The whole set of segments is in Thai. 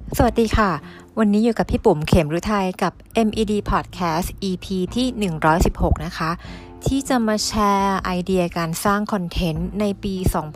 สวัสดีค่ะวันนี้อยู่กับพี่ปุ๋มเขมฤทัยกับ MED Podcast EP ที่116นะคะที่จะมาแชร์ไอเดียการสร้างคอนเทนต์ในปี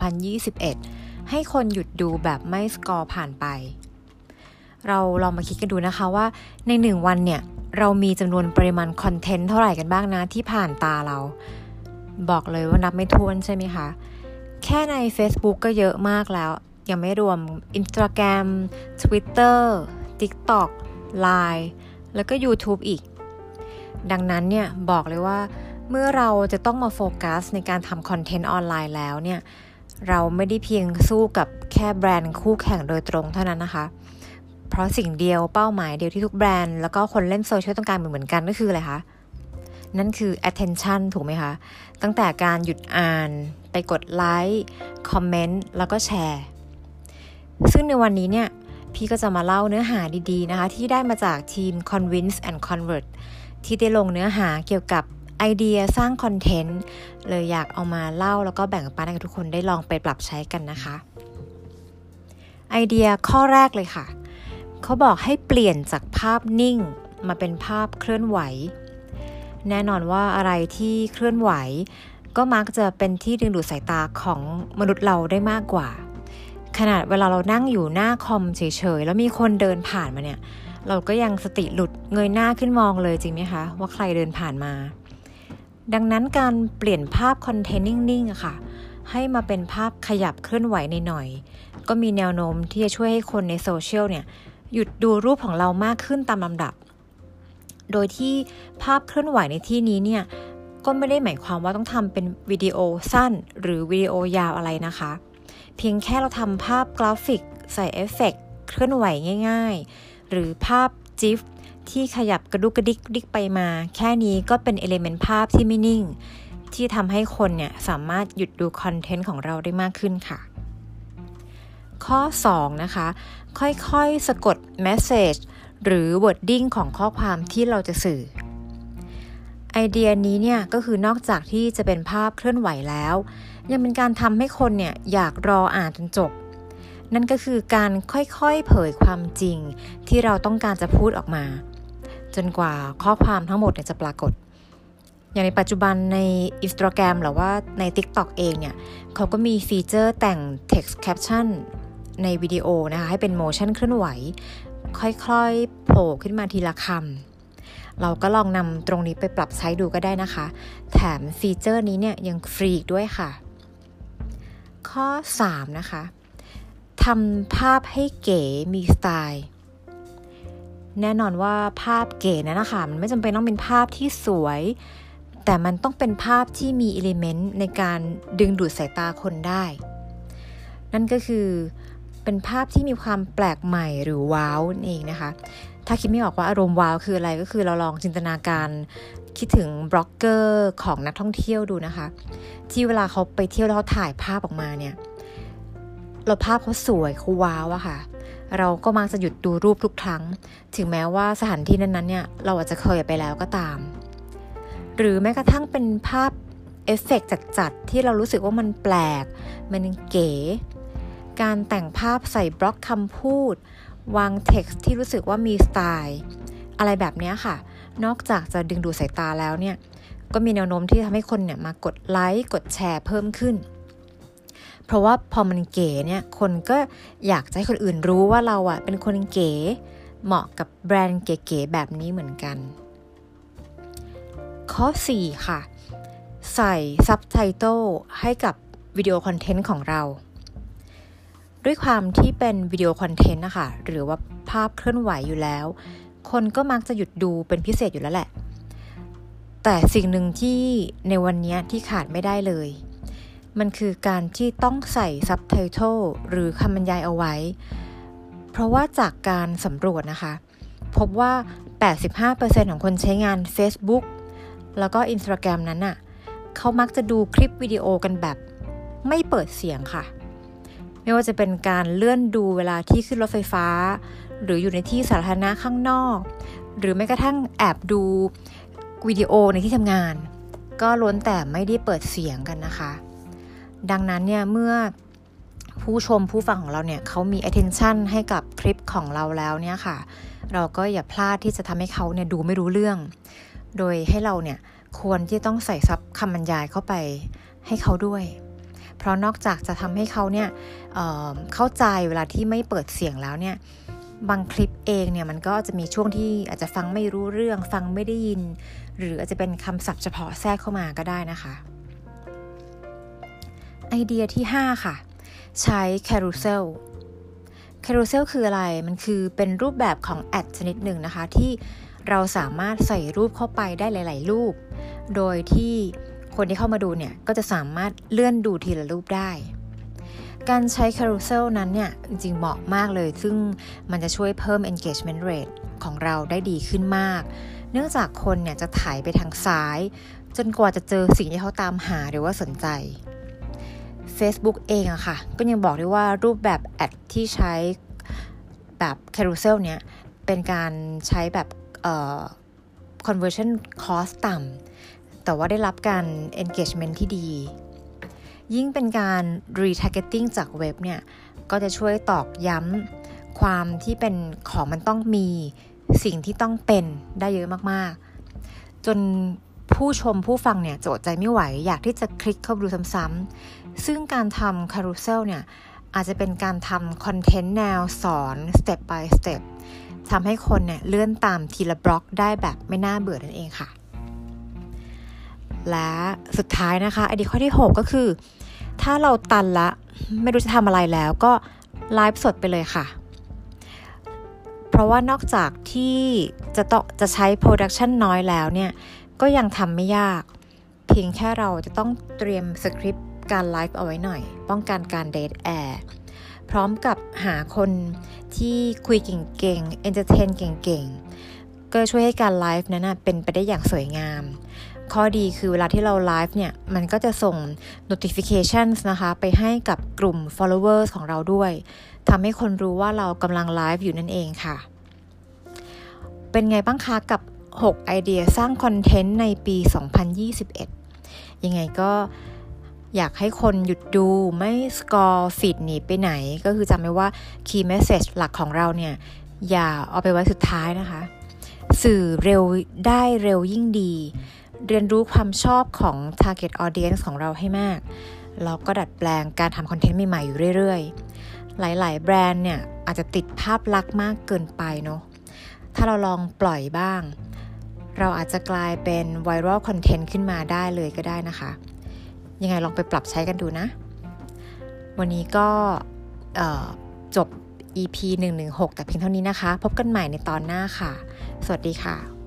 2021ให้คนหยุดดูแบบไม่สกอร์ผ่านไปเราลองมาคิดกันดูนะคะว่าใน1วันเนี่ยเรามีจำนวนปริมาณคอนเทนต์เท่าไหร่กันบ้างนะที่ผ่านตาเราบอกเลยว่านับไม่ถ้วนใช่ไหมคะแค่ใน Facebook ก็เยอะมากแล้วยังไม่รวม Instagram Twitter TikTok Line แล้วก็ YouTube อีกดังนั้นเนี่ยบอกเลยว่าเมื่อเราจะต้องมาโฟกัสในการทำคอนเทนต์ออนไลน์แล้วเนี่ยเราไม่ได้เพียงสู้กับแค่แบรนด์คู่แข่งโดยตรงเท่านั้นนะคะเพราะสิ่งเดียวเป้าหมายเดียวที่ทุกแบรนด์แล้วก็คนเล่นโซเชียลต้องการเหมือนกันก็คืออะไรคะนั่นคือ attention ถูกไหมคะตั้งแต่การหยุดอ่านไปกดไลค์คอมเมนต์แล้วก็แชร์ซึ่งในวันนี้เนี่ยพี่ก็จะมาเล่าเนื้อหาดีๆนะคะที่ได้มาจากทีม Convince and Convert ที่ได้ลงเนื้อหาเกี่ยวกับไอเดียสร้างคอนเทนต์เลยอยากเอามาเล่าแล้วก็แบ่งปันให้ทุกคนได้ลองไปปรับใช้กันนะคะไอเดียข้อแรกเลยค่ะเขาบอกให้เปลี่ยนจากภาพนิ่งมาเป็นภาพเคลื่อนไหวแน่นอนว่าอะไรที่เคลื่อนไหวก็มักจะเป็นที่ดึงดูดสายตาของมนุษย์เราได้มากกว่าขนาดเวลาเรานั่งอยู่หน้าคอมเฉยๆแล้วมีคนเดินผ่านมาเนี่ยเราก็ยังสติหลุดเงยหน้าขึ้นมองเลยจริงไหมคะว่าใครเดินผ่านมาดังนั้นการเปลี่ยนภาพคอนเทนต์นิ่งๆอะค่ะให้มาเป็นภาพขยับเคลื่อนไหวหน่อยๆก็มีแนวโน้มที่จะช่วยให้คนในโซเชียลเนี่ยหยุดดูรูปของเรามากขึ้นตามลำดับโดยที่ภาพเคลื่อนไหวในที่นี้เนี่ยก็ไม่ได้หมายความว่าต้องทำเป็นวิดีโอสั้นหรือวิดีโอยาวอะไรนะคะเพียงแค่เราทำภาพกราฟิกใส่เอฟเฟกต์เคลื่อนไหวง่ายๆหรือภาพจิฟที่ขยับกระดุกกระดิกไปมาแค่นี้ก็เป็นเอลิเมนต์ภาพที่ไม่นิ่งที่ทำให้คนเนี่ยสามารถหยุดดูคอนเทนต์ของเราได้มากขึ้นค่ะข้อ2นะคะค่อยๆสะกดเมสเสจหรือ wording ของข้อความที่เราจะสื่อไอเดียนี้เนี่ยก็คือนอกจากที่จะเป็นภาพเคลื่อนไหวแล้วยังเป็นการทำให้คนเนี่ยอยากรออ่านจนจบนั่นก็คือการค่อยๆเผยความจริงที่เราต้องการจะพูดออกมาจนกว่าข้อความทั้งหมดเนี่ยจะปรากฏอย่างในปัจจุบันใน Instagram หรือว่าใน TikTok เองเนี่ยเขาก็มีฟีเจอร์แต่ง text caption ในวิดีโอนะคะให้เป็น motion เคลื่อนไหวค่อยๆโผล่ขึ้นมาทีละคำเราก็ลองนำตรงนี้ไปปรับใช้ดูก็ได้นะคะแถมฟีเจอร์นี้เนี่ยยังฟรีอีกด้วยค่ะข้อ3นะคะทำภาพให้เก๋มีสไตล์แน่นอนว่าภาพเก๋นั้นนะคะมันไม่จำเป็นต้องเป็นภาพที่สวยแต่มันต้องเป็นภาพที่มีอิเลเมนต์ในการดึงดูดสายตาคนได้นั่นก็คือเป็นภาพที่มีความแปลกใหม่หรือว้าวนั่นเองนะคะถ้าคิดไม่ออกว่าอารมณ์ว้าวคืออะไรก็คือเราลองจินตนาการคิดถึงบล็อกเกอร์ของนักท่องเที่ยวดูนะคะที่เวลาเขาไปเที่ยวแล้วเขาถ่ายภาพออกมาเนี่ยเราภาพเขาสวยเขาว้าวอะค่ะเราก็มักจะหยุดดูรูปทุกครั้งถึงแม้ว่าสถานที่นั้นๆเนี่ยเราอาจจะเคยไปแล้วก็ตามหรือแม้กระทั่งเป็นภาพเอฟเฟกต์จัดๆที่เรารู้สึกว่ามันแปลกมันเก๋การแต่งภาพใส่บล็อกคำพูดวางเท็กซ์ที่รู้สึกว่ามีสไตล์อะไรแบบนี้ค่ะนอกจากจะดึงดูดสายตาแล้วเนี่ยก็มีแนวโน้มที่ทำให้คนเนี่ยมากดไลค์กดแชร์เพิ่มขึ้นเพราะว่าพอมันเก๋เนี่ยคนก็อยากจะให้คนอื่นรู้ว่าเราอ่ะเป็นคนเก๋เหมาะกับแบรนด์เก๋ๆแบบนี้เหมือนกันข้อ4ค่ะใส่ซับไตเติลให้กับวิดีโอคอนเทนต์ของเราด้วยความที่เป็นวิดีโอคอนเทนต์นะคะหรือว่าภาพเคลื่อนไหวอยู่แล้วคนก็มักจะหยุดดูเป็นพิเศษอยู่แล้วแหละแต่สิ่งหนึ่งที่ในวันนี้ที่ขาดไม่ได้เลยมันคือการที่ต้องใส่ซับไตเติลหรือคำบรรยายเอาไว้เพราะว่าจากการสำรวจนะคะพบว่า 85% ของคนใช้งาน Facebook แล้วก็ Instagram นั้นน่ะเขามักจะดูคลิปวิดีโอกันแบบไม่เปิดเสียงค่ะไม่ว่าจะเป็นการเลื่อนดูเวลาที่ขึ้นรถไฟฟ้าหรืออยู่ในที่สาธารณะข้างนอกหรือแม้กระทั่งแอบดูวิดีโอในที่ทำงานก็ล้วนแต่ไม่ได้เปิดเสียงกันนะคะดังนั้นเนี่ยเมื่อผู้ชมผู้ฟังของเราเนี่ยเขามี attention ให้กับคลิปของเราแล้วเนี่ยค่ะเราก็อย่าพลาดที่จะทำให้เขาเนี่ยดูไม่รู้เรื่องโดยให้เราเนี่ยควรที่ต้องใส่ซับคำบรรยายเข้าไปให้เขาด้วยเพราะนอกจากจะทำให้เขาเนี่ยเข้าใจเวลาที่ไม่เปิดเสียงแล้วเนี่ยบางคลิปเองเนี่ยมันก็จะมีช่วงที่อาจจะฟังไม่รู้เรื่องฟังไม่ได้ยินหรืออาจจะเป็นคำศัพท์เฉพาะแทรกเข้ามาก็ได้นะคะไอเดียที่5ค่ะใช้ Carousel Carousel คืออะไรมันคือเป็นรูปแบบของแอดชนิดหนึ่งนะคะที่เราสามารถใส่รูปเข้าไปได้หลายๆรูปโดยที่คนที่เข้ามาดูเนี่ยก็จะสามารถเลื่อนดูทีละรูปได้การใช้ Carousel นั้นเนี่ยจริงๆเหมาะมากเลยซึ่งมันจะช่วยเพิ่ม engagement rate ของเราได้ดีขึ้นมากเนื่องจากคนเนี่ยจะถ่ายไปทางซ้ายจนกว่าจะเจอสิ่งที่เขาตามหาหรือว่าสนใจ Facebook เองอะค่ะก็ยังบอกได้ว่ารูปแบบแอดที่ใช้แบบ Carousel เนี่ยเป็นการใช้แบบconversion cost ต่ำแต่ว่าได้รับการ engagement ที่ดียิ่งเป็นการ retargeting จากเว็บเนี่ยก็จะช่วยตอกย้ำความที่เป็นของมันต้องมีสิ่งที่ต้องเป็นได้เยอะมากๆจนผู้ชมผู้ฟังเนี่ยจะอดใจไม่ไหวอยากที่จะคลิกเข้าดูซ้ำๆซึ่งการทำ Carousel เนี่ยอาจจะเป็นการทำคอนเทนต์แนวสอน step by step ทำให้คนเนี่ยเลื่อนตามทีละบล็อกได้แบบไม่น่าเบื่อนั่นเองค่ะและสุดท้ายนะคะไอเดียข้อที่6ก็คือถ้าเราตันละไม่รู้จะทำอะไรแล้วก็ไลฟ์สดไปเลยค่ะเพราะว่านอกจากที่จะใช้โปรดักชันน้อยแล้วเนี่ยก็ยังทำไม่ยากเพียงแค่เราจะต้องเตรียมสคริปต์การไลฟ์เอาไว้หน่อยป้องกันการเดทแอร์พร้อมกับหาคนที่คุยเก่งๆเอนเตอร์เทนเก่งๆก็ช่วยให้การไลฟ์นั้นเป็นไปได้อย่างสวยงามข้อดีคือเวลาที่เราไลฟ์เนี่ยมันก็จะส่ง notifications นะคะไปให้กับกลุ่ม followers ของเราด้วยทำให้คนรู้ว่าเรากำลังไลฟ์อยู่นั่นเองค่ะเป็นไงบ้างคะกับ6ไอเดียสร้างคอนเทนต์ในปี 2021 ยังไงก็อยากให้คนหยุดดูไม่สกอร์ฟีดหนีไปไหนก็คือจำไว้ว่า key message หลักของเราเนี่ยอย่าเอาไปไว้สุดท้ายนะคะสื่อเร็วได้เร็วยิ่งดีเรียนรู้ความชอบของ target audience ของเราให้มากแล้วก็ดัดแปลงการทำคอนเทนต์ใหม่ๆอยู่เรื่อยๆหลายๆแบรนด์เนี่ยอาจจะติดภาพลักษณ์มากเกินไปเนาะถ้าเราลองปล่อยบ้างเราอาจจะกลายเป็น viral content ขึ้นมาได้เลยก็ได้นะคะยังไงลองไปปรับใช้กันดูนะวันนี้ก็จบ EP 116แต่เพียงเท่านี้นะคะพบกันใหม่ในตอนหน้าค่ะสวัสดีค่ะ